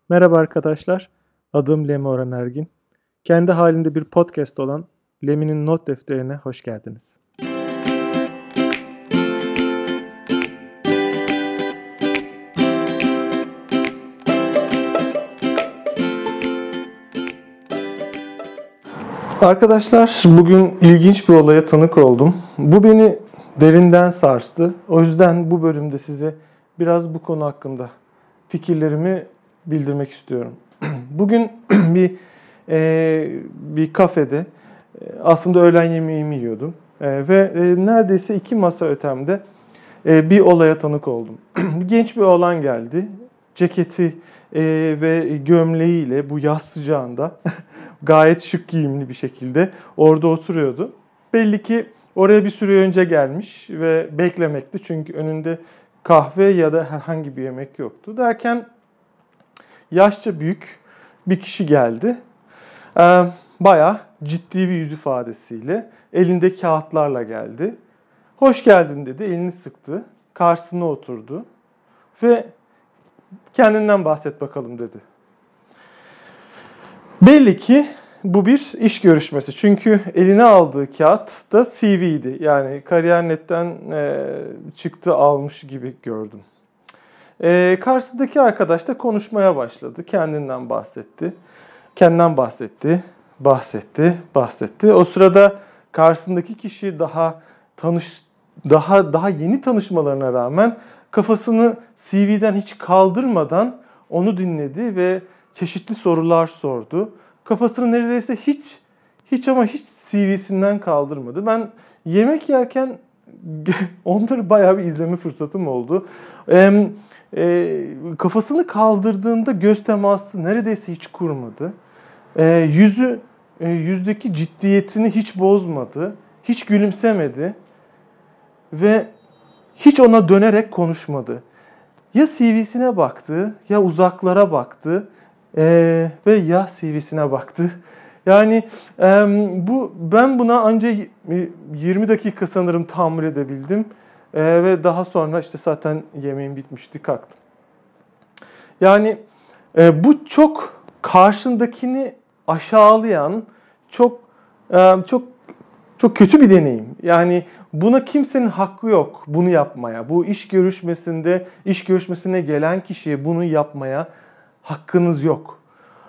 Merhaba arkadaşlar, adım Lemi Orhan Ergin. Kendi halinde bir podcast olan Lemi'nin not defterine hoş geldiniz. Arkadaşlar, bugün ilginç bir olaya tanık oldum. Bu beni derinden sarstı. O yüzden bu bölümde size biraz bu konu hakkında fikirlerimi bildirmek istiyorum. Bugün bir kafede aslında öğlen yemeğimi yiyordum ve neredeyse 2 masa ötemde bir olaya tanık oldum. Genç bir oğlan geldi. Ceketi ve gömleğiyle bu yaz sıcağında gayet şık giyimli bir şekilde orada oturuyordu. Belli ki oraya bir süre önce gelmiş ve beklemekti. Çünkü önünde kahve ya da herhangi bir yemek yoktu. Derken yaşça büyük bir kişi geldi. Bayağı ciddi bir yüz ifadesiyle, elinde kağıtlarla geldi. Hoş geldin dedi, elini sıktı, karşısına oturdu ve kendinden bahset bakalım dedi. Belli ki bu bir iş görüşmesi. Çünkü eline aldığı kağıt da CV'ydi. Yani Kariyer.net'ten çıktı almış gibi gördüm. Karşısındaki arkadaş da konuşmaya başladı. Kendinden bahsetti. Kendinden bahsetti. O sırada karşısındaki kişi daha yeni tanışmalarına rağmen kafasını CV'den hiç kaldırmadan onu dinledi ve çeşitli sorular sordu. Kafasını neredeyse hiç CV'sinden kaldırmadı. Ben yemek yerken onları bayağı bir izleme fırsatım oldu. Kafasını kaldırdığında göz teması neredeyse hiç kurmadı. Yüzdeki ciddiyetini hiç bozmadı. Hiç gülümsemedi. Ve hiç ona dönerek konuşmadı. Ya CV'sine baktı, ya uzaklara baktı ve ya CV'sine baktı. Yani ben buna ancak 20 dakika sanırım tahammül edebildim. Ve daha sonra işte zaten yemeğim bitmişti, kalktım. Yani bu çok karşındakini aşağılayan, çok kötü bir deneyim. Yani buna kimsenin hakkı yok bunu yapmaya. Bu iş görüşmesine gelen kişiye bunu yapmaya hakkınız yok.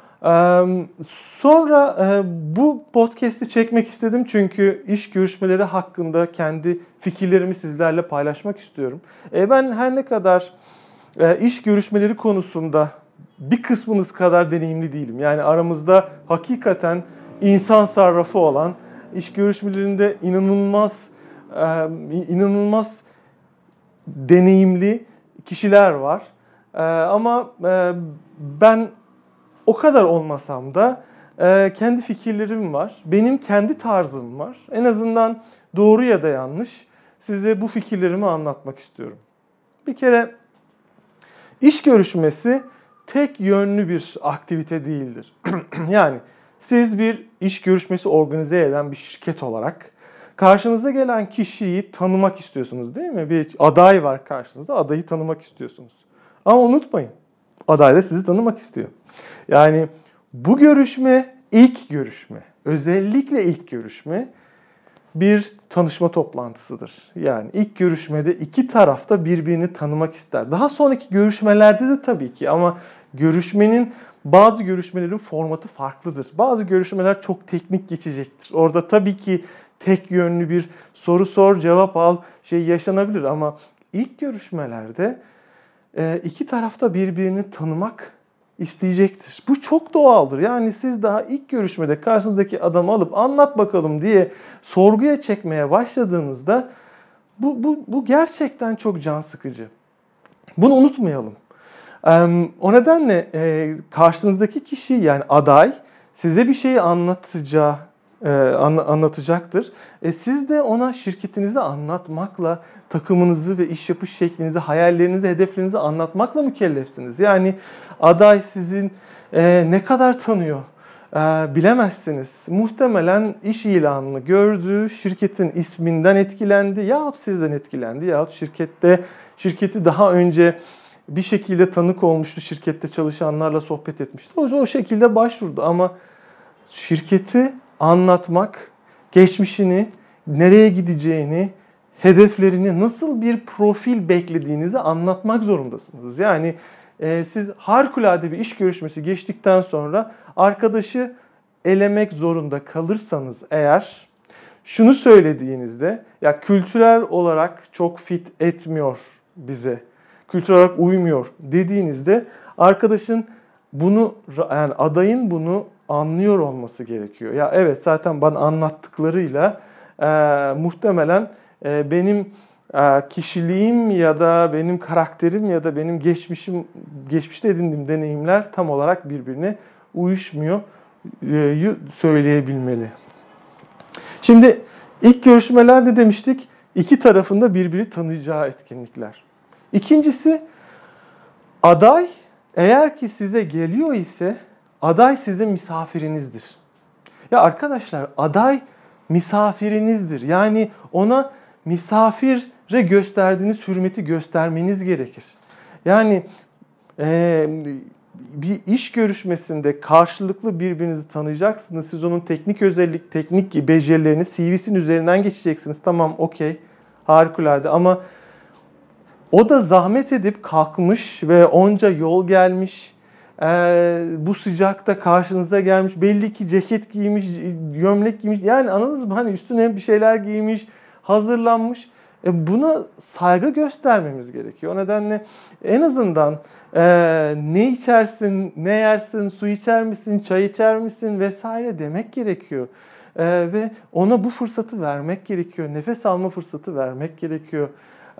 Sonra bu podcast'i çekmek istedim çünkü iş görüşmeleri hakkında kendi fikirlerimi sizlerle paylaşmak istiyorum. Ben her ne kadar iş görüşmeleri konusunda bir kısmınız kadar deneyimli değilim. Yani aramızda hakikaten insan sarrafı olan, iş görüşmelerinde inanılmaz deneyimli kişiler var. Ama ben o kadar olmasam da kendi fikirlerim var. Benim kendi tarzım var. En azından doğru ya da yanlış size bu fikirlerimi anlatmak istiyorum. Bir kere iş görüşmesi tek yönlü bir aktivite değildir. Yani siz bir iş görüşmesi organize eden bir şirket olarak karşınıza gelen kişiyi tanımak istiyorsunuz, değil mi? Bir aday var karşınızda, adayı tanımak istiyorsunuz. Ama unutmayın, aday da sizi tanımak istiyor. Yani bu görüşme ilk görüşme, özellikle ilk görüşme bir tanışma toplantısıdır. Yani ilk görüşmede iki taraf da birbirini tanımak ister. Daha sonraki görüşmelerde de tabii ki, ama bazı görüşmelerin formatı farklıdır. Bazı görüşmeler çok teknik geçecektir. Orada tabii ki tek yönlü bir soru sor, cevap al yaşanabilir, ama ilk görüşmelerde iki taraf da birbirini tanımak isteyecektir. Bu çok doğaldır. Yani siz daha ilk görüşmede karşınızdaki adamı alıp anlat bakalım diye sorguya çekmeye başladığınızda bu gerçekten çok can sıkıcı. Bunu unutmayalım. O nedenle karşınızdaki kişi, yani aday, size bir şeyi anlatacaktır. Siz de ona şirketinizi anlatmakla, takımınızı ve iş yapış şeklinizi, hayallerinizi, hedeflerinizi anlatmakla mükellefsiniz. Yani aday sizin ne kadar tanıyor bilemezsiniz. Muhtemelen iş ilanını gördü, şirketin isminden etkilendi yahut sizden etkilendi yahut şirketi daha önce bir şekilde tanık olmuştu, şirkette çalışanlarla sohbet etmişti. O şekilde başvurdu ama şirketi anlatmak, geçmişini, nereye gideceğini, hedeflerini, nasıl bir profil beklediğinizi anlatmak zorundasınız. Yani siz harikulade bir iş görüşmesi geçtikten sonra arkadaşı elemek zorunda kalırsanız eğer, şunu söylediğinizde, ya kültürel olarak çok fit etmiyor bize, kültürel olarak uymuyor dediğinizde arkadaşın bunu, yani adayın bunu anlıyor olması gerekiyor. Ya evet, zaten bana anlattıklarıyla muhtemelen benim kişiliğim ya da benim karakterim ya da benim geçmişte edindiğim deneyimler tam olarak birbirine uyuşmuyor söyleyebilmeli. Şimdi ilk görüşmelerde demiştik, iki tarafında birbirini tanıyacağı etkinlikler. İkincisi, aday eğer ki size geliyor ise aday sizin misafirinizdir. Ya arkadaşlar, aday misafirinizdir. Yani ona misafire gösterdiğiniz hürmeti göstermeniz gerekir. Yani bir iş görüşmesinde karşılıklı birbirinizi tanıyacaksınız. Siz onun teknik becerilerini CV'sin üzerinden geçeceksiniz. Tamam, okey, harikulade, ama o da zahmet edip kalkmış ve onca yol gelmiş. Bu sıcakta karşınıza gelmiş. Belli ki ceket giymiş, gömlek giymiş. Yani anladınız mı? Hani üstüne bir şeyler giymiş, hazırlanmış. Buna saygı göstermemiz gerekiyor. O nedenle en azından ne içersin, ne yersin, su içer misin, çay içer misin vesaire demek gerekiyor. Ve ona bu fırsatı vermek gerekiyor. Nefes alma fırsatı vermek gerekiyor.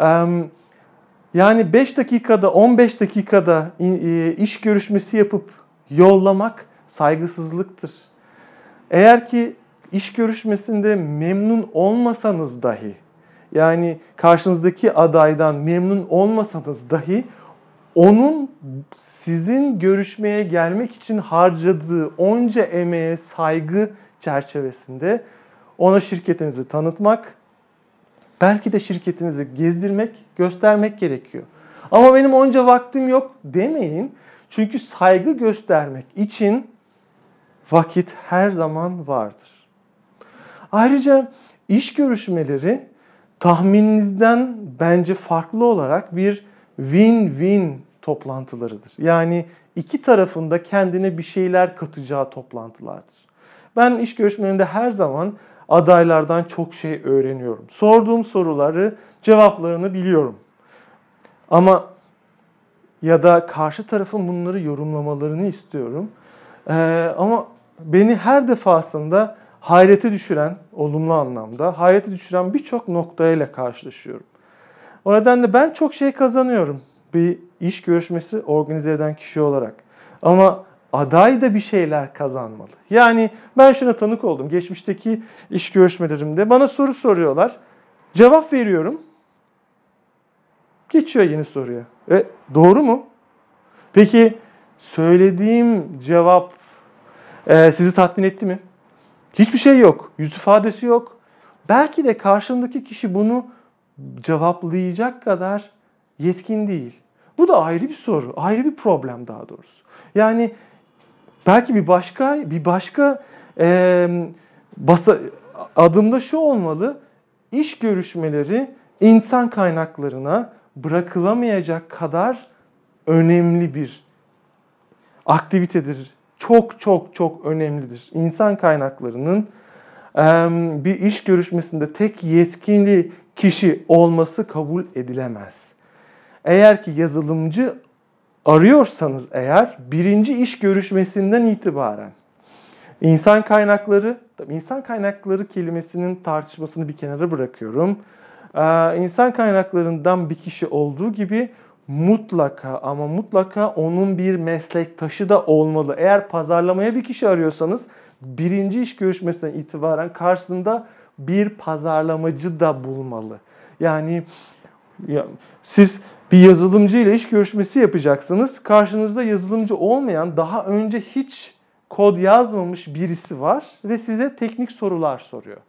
Yani 5 dakikada, 15 dakikada iş görüşmesi yapıp yollamak saygısızlıktır. Eğer ki iş görüşmesinde memnun olmasanız dahi, yani karşınızdaki adaydan memnun olmasanız dahi, onun sizin görüşmeye gelmek için harcadığı onca emeğe saygı çerçevesinde ona şirketinizi tanıtmak, belki de şirketinizi gezdirmek, göstermek gerekiyor. Ama benim onca vaktim yok demeyin. Çünkü saygı göstermek için vakit her zaman vardır. Ayrıca iş görüşmeleri tahmininizden bence farklı olarak bir win-win toplantılarıdır. Yani iki tarafında kendine bir şeyler katacağı toplantılardır. Ben iş görüşmelerinde her zaman adaylardan çok şey öğreniyorum. Sorduğum soruları, cevaplarını biliyorum. Ama ya da karşı tarafın bunları yorumlamalarını istiyorum. Ama beni her defasında hayrete düşüren, olumlu anlamda hayrete düşüren birçok noktayla karşılaşıyorum. O nedenle ben çok şey kazanıyorum bir iş görüşmesi organize eden kişi olarak. Ama aday da bir şeyler kazanmalı. Yani ben şuna tanık oldum. Geçmişteki iş görüşmelerimde bana soru soruyorlar. Cevap veriyorum. Geçiyor yeni soruya. Doğru mu? Peki söylediğim cevap sizi tatmin etti mi? Hiçbir şey yok. Yüz ifadesi yok. Belki de karşımdaki kişi bunu cevaplayacak kadar yetkin değil. Bu da ayrı bir soru, ayrı bir problem daha doğrusu. Yani belki bir başka adımda şu olmalı: İş görüşmeleri insan kaynaklarına bırakılamayacak kadar önemli bir aktivitedir. Çok çok çok önemlidir. İnsan kaynaklarının bir iş görüşmesinde tek yetkili kişi olması kabul edilemez. Eğer ki yazılımcı arıyorsanız eğer, birinci iş görüşmesinden itibaren insan kaynakları kelimesinin tartışmasını bir kenara bırakıyorum. İnsan kaynaklarından bir kişi olduğu gibi mutlaka ama mutlaka onun bir meslektaşı da olmalı. Eğer pazarlamaya bir kişi arıyorsanız birinci iş görüşmesinden itibaren karşısında bir pazarlamacı da bulmalı. Yani siz bir yazılımcı ile iş görüşmesi yapacaksınız. Karşınızda yazılımcı olmayan, daha önce hiç kod yazmamış birisi var ve size teknik sorular soruyor.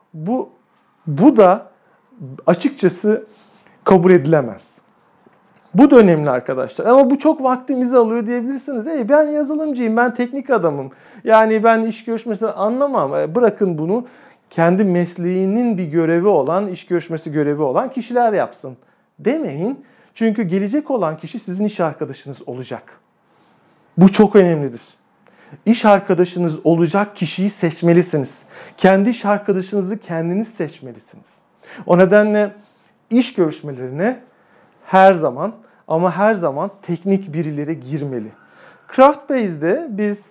Bu da açıkçası kabul edilemez. Bu da önemli arkadaşlar. Ama bu çok vaktimizi alıyor diyebilirsiniz. Ben yazılımcıyım, ben teknik adamım. Yani ben iş görüşmesi anlamam. Bırakın bunu kendi mesleğinin bir görevi olan, iş görüşmesi görevi olan kişiler yapsın demeyin. Çünkü gelecek olan kişi sizin iş arkadaşınız olacak. Bu çok önemlidir. İş arkadaşınız olacak kişiyi seçmelisiniz. Kendi iş arkadaşınızı kendiniz seçmelisiniz. O nedenle iş görüşmelerine her zaman ama her zaman teknik birileri girmeli. Craftbase'de biz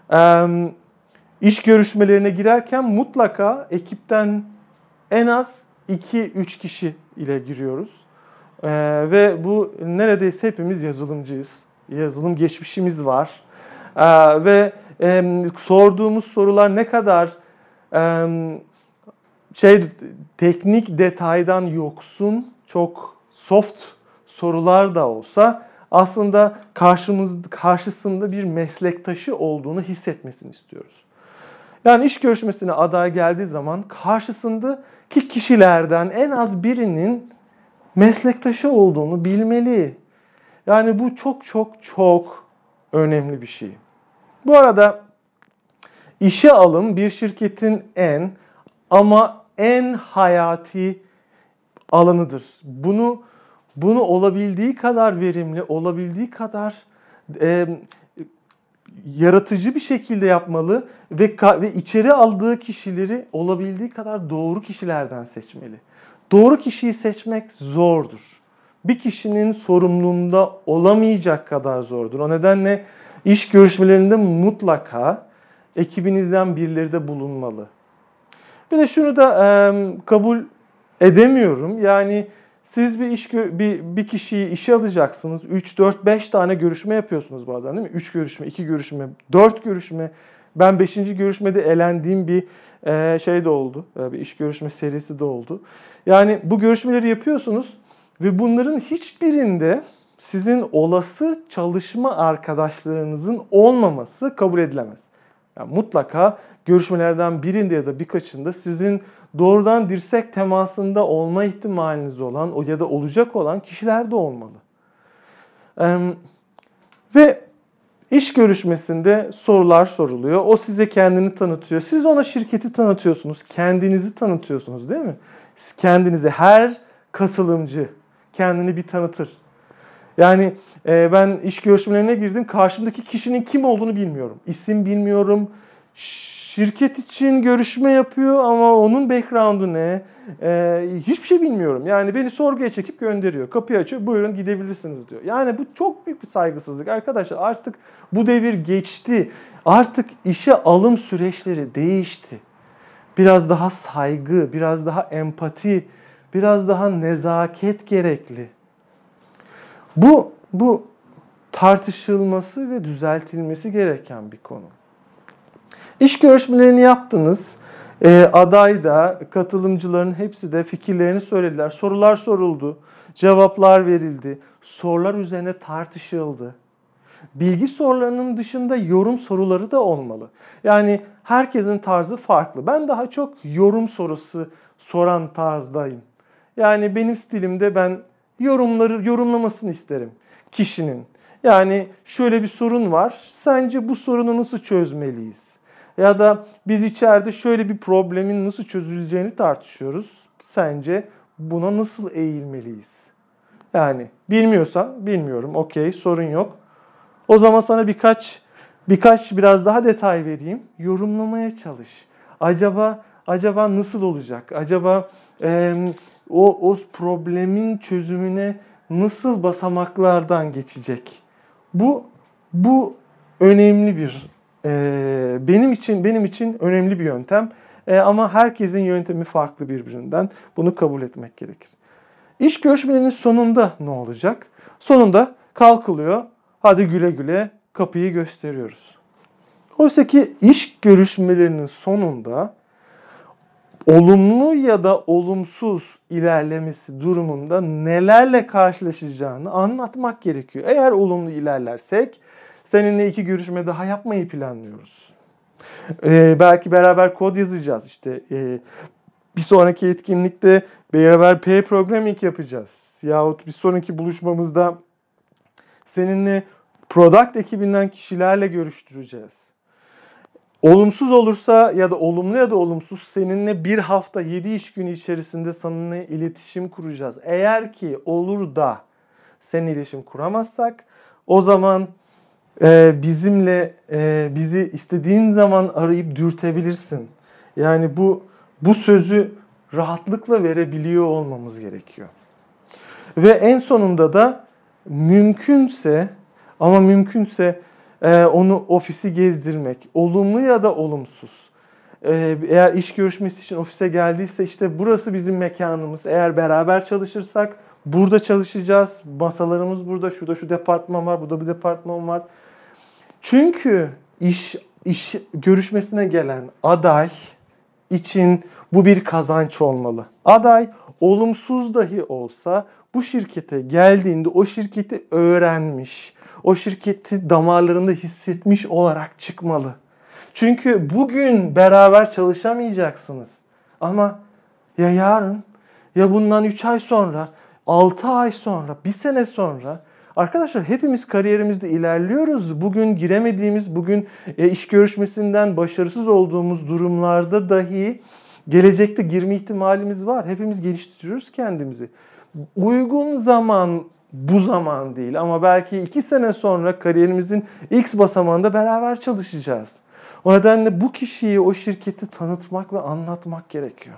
iş görüşmelerine girerken mutlaka ekipten en az 2-3 kişi ile giriyoruz. Ve bu neredeyse hepimiz yazılımcıyız. Yazılım geçmişimiz var. Ve sorduğumuz sorular ne kadar teknik detaydan yoksun, çok soft sorular da olsa aslında karşısında bir meslektaşı olduğunu hissetmesini istiyoruz. Yani iş görüşmesine aday geldiği zaman karşısındaki kişilerden en az birinin meslektaşı olduğunu bilmeli. Yani bu çok çok çok önemli bir şey. Bu arada işe alım bir şirketin en hayati alanıdır. Bunu olabildiği kadar verimli, olabildiği kadar yaratıcı bir şekilde yapmalı ve içeri aldığı kişileri olabildiği kadar doğru kişilerden seçmeli. Doğru kişiyi seçmek zordur. Bir kişinin sorumluluğunda olamayacak kadar zordur. O nedenle iş görüşmelerinde mutlaka ekibinizden birileri de bulunmalı. Bir de şunu da kabul edemiyorum. Yani siz bir kişiyi işe alacaksınız. 3, 4, 5 tane görüşme yapıyorsunuz bazen değil mi? 3 görüşme, 2 görüşme, 4 görüşme. Ben 5. görüşmede elendiğim bir şey de oldu. Bir iş görüşme serisi de oldu. Yani bu görüşmeleri yapıyorsunuz ve bunların hiçbirinde sizin olası çalışma arkadaşlarınızın olmaması kabul edilemez. Yani mutlaka görüşmelerden birinde ya da birkaçında sizin doğrudan dirsek temasında olma ihtimaliniz olan ya da olacak olan kişiler de olmalı. Ve iş görüşmesinde sorular soruluyor. O size kendini tanıtıyor. Siz ona şirketi tanıtıyorsunuz. Kendinizi tanıtıyorsunuz değil mi? Kendinizi her katılımcı kendini bir tanıtır. Yani ben iş görüşmelerine girdim. Karşımdaki kişinin kim olduğunu bilmiyorum. İsim bilmiyorum. Şirket için görüşme yapıyor ama onun background'u ne? Hiçbir şey bilmiyorum. Yani beni sorguya çekip gönderiyor. Kapıyı açıyor. Buyurun gidebilirsiniz diyor. Yani bu çok büyük bir saygısızlık. Arkadaşlar artık bu devir geçti. Artık işe alım süreçleri değişti. Biraz daha saygı, biraz daha empati, biraz daha nezaket gerekli. Bu tartışılması ve düzeltilmesi gereken bir konu. İş görüşmelerini yaptınız. Aday da, katılımcıların hepsi de fikirlerini söylediler. Sorular soruldu, cevaplar verildi, sorular üzerine tartışıldı. Bilgi sorularının dışında yorum soruları da olmalı. Yani herkesin tarzı farklı. Ben daha çok yorum sorusu soran tarzdayım. Yani benim stilimde ben yorumlamasını isterim kişinin. Yani şöyle bir sorun var. Sence bu sorunu nasıl çözmeliyiz? Ya da biz içeride şöyle bir problemin nasıl çözüleceğini tartışıyoruz. Sence buna nasıl eğilmeliyiz? Yani bilmiyorsan bilmiyorum. Okey, sorun yok. O zaman sana biraz daha detay vereyim. Yorumlamaya çalış. Acaba nasıl olacak? Acaba o problemin çözümüne nasıl basamaklardan geçecek? Bu önemli benim için önemli bir yöntem. Ama herkesin yöntemi farklı birbirinden. Bunu kabul etmek gerekir. İş görüşmelerinin sonunda ne olacak? Sonunda kalkılıyor. Hadi güle güle kapıyı gösteriyoruz. Oysa ki iş görüşmelerinin sonunda olumlu ya da olumsuz ilerlemesi durumunda nelerle karşılaşacağını anlatmak gerekiyor. Eğer olumlu ilerlersek seninle 2 görüşme daha yapmayı planlıyoruz. Belki beraber kod yazacağız. Bir sonraki etkinlikte beraber pair programming yapacağız. Yahut bir sonraki buluşmamızda Seninle product ekibinden kişilerle görüştüreceğiz. Olumsuz olursa ya da olumlu ya da olumsuz seninle bir hafta 7 iş günü içerisinde seninle iletişim kuracağız. Eğer ki olur da seninle iletişim kuramazsak o zaman bizi istediğin zaman arayıp dürtebilirsin. Yani bu sözü rahatlıkla verebiliyor olmamız gerekiyor. Ve en sonunda da mümkünse onu ofisi gezdirmek, olumlu ya da olumsuz. Eğer iş görüşmesi için ofise geldiyse işte burası bizim mekanımız. Eğer beraber çalışırsak burada çalışacağız. Masalarımız burada, şurada şu departman var, burada bir departman var. Çünkü iş görüşmesine gelen aday için bu bir kazanç olmalı. Aday olumsuz dahi olsa bu şirkete geldiğinde o şirketi öğrenmiş, o şirketi damarlarında hissetmiş olarak çıkmalı. Çünkü bugün beraber çalışamayacaksınız. Ama ya yarın, ya bundan 3 ay sonra, 6 ay sonra, 1 sene sonra... Arkadaşlar hepimiz kariyerimizde ilerliyoruz. Bugün giremediğimiz, bugün iş görüşmesinden başarısız olduğumuz durumlarda dahi gelecekte girme ihtimalimiz var. Hepimiz geliştiriyoruz kendimizi. Uygun zaman bu zaman değil ama belki 2 sene sonra kariyerimizin X basamağında beraber çalışacağız. O nedenle bu kişiyi, o şirketi tanıtmak ve anlatmak gerekiyor.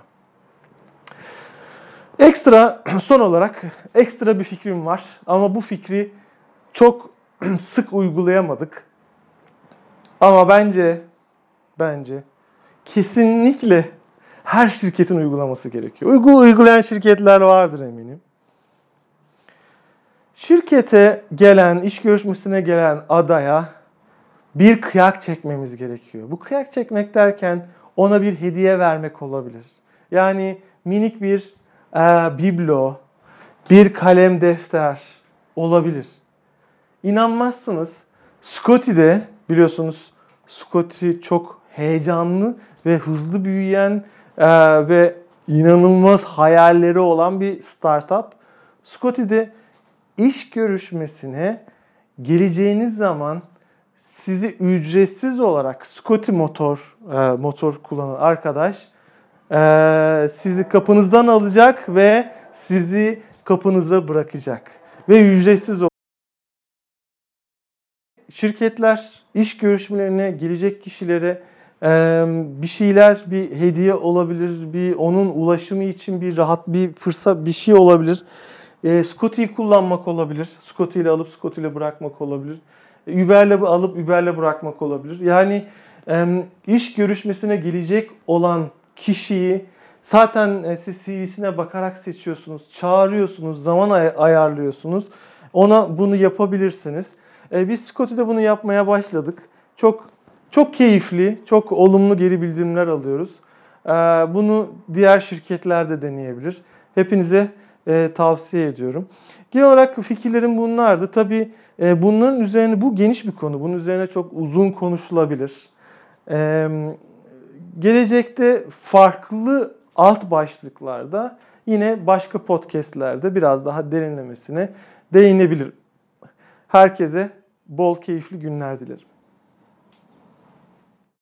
Son olarak ekstra bir fikrim var ama bu fikri çok sık uygulayamadık. Ama bence kesinlikle her şirketin uygulaması gerekiyor. Uygulayan şirketler vardır eminim. Şirkete gelen, iş görüşmesine gelen adaya bir kıyak çekmemiz gerekiyor. Bu kıyak çekmek derken ona bir hediye vermek olabilir. Yani minik bir biblo, bir kalem defter olabilir. İnanmazsınız. Scotty'de biliyorsunuz Scotty çok heyecanlı ve hızlı büyüyen ve inanılmaz hayalleri olan bir startup. Scotty'de iş görüşmesine geleceğiniz zaman sizi ücretsiz olarak Scotty motor kullanan arkadaş sizi kapınızdan alacak ve sizi kapınıza bırakacak. Ve ücretsiz olacak. Şirketler iş görüşmelerine gelecek kişilere bir şeyler, bir hediye olabilir, onun ulaşımı için bir fırsat, bir şey olabilir. Scotty'yi kullanmak olabilir. Scotty ile alıp Scotty ile bırakmak olabilir. Uber'le alıp Uber'le bırakmak olabilir. Yani iş görüşmesine gelecek olan kişiyi zaten siz CV'sine bakarak seçiyorsunuz, çağırıyorsunuz, zaman ayarlıyorsunuz. Ona bunu yapabilirsiniz. Biz Scotty'de bunu yapmaya başladık. Çok keyifli, çok olumlu geri bildirimler alıyoruz. Bunu diğer şirketler de deneyebilir. Hepinize tavsiye ediyorum. Genel olarak fikirlerim bunlardı. Tabii bunların üzerine, bu geniş bir konu. Bunun üzerine çok uzun konuşulabilir. Gelecekte farklı alt başlıklarda yine başka podcastlerde biraz daha derinlemesine değinebilirim. Herkese bol keyifli günler dilerim.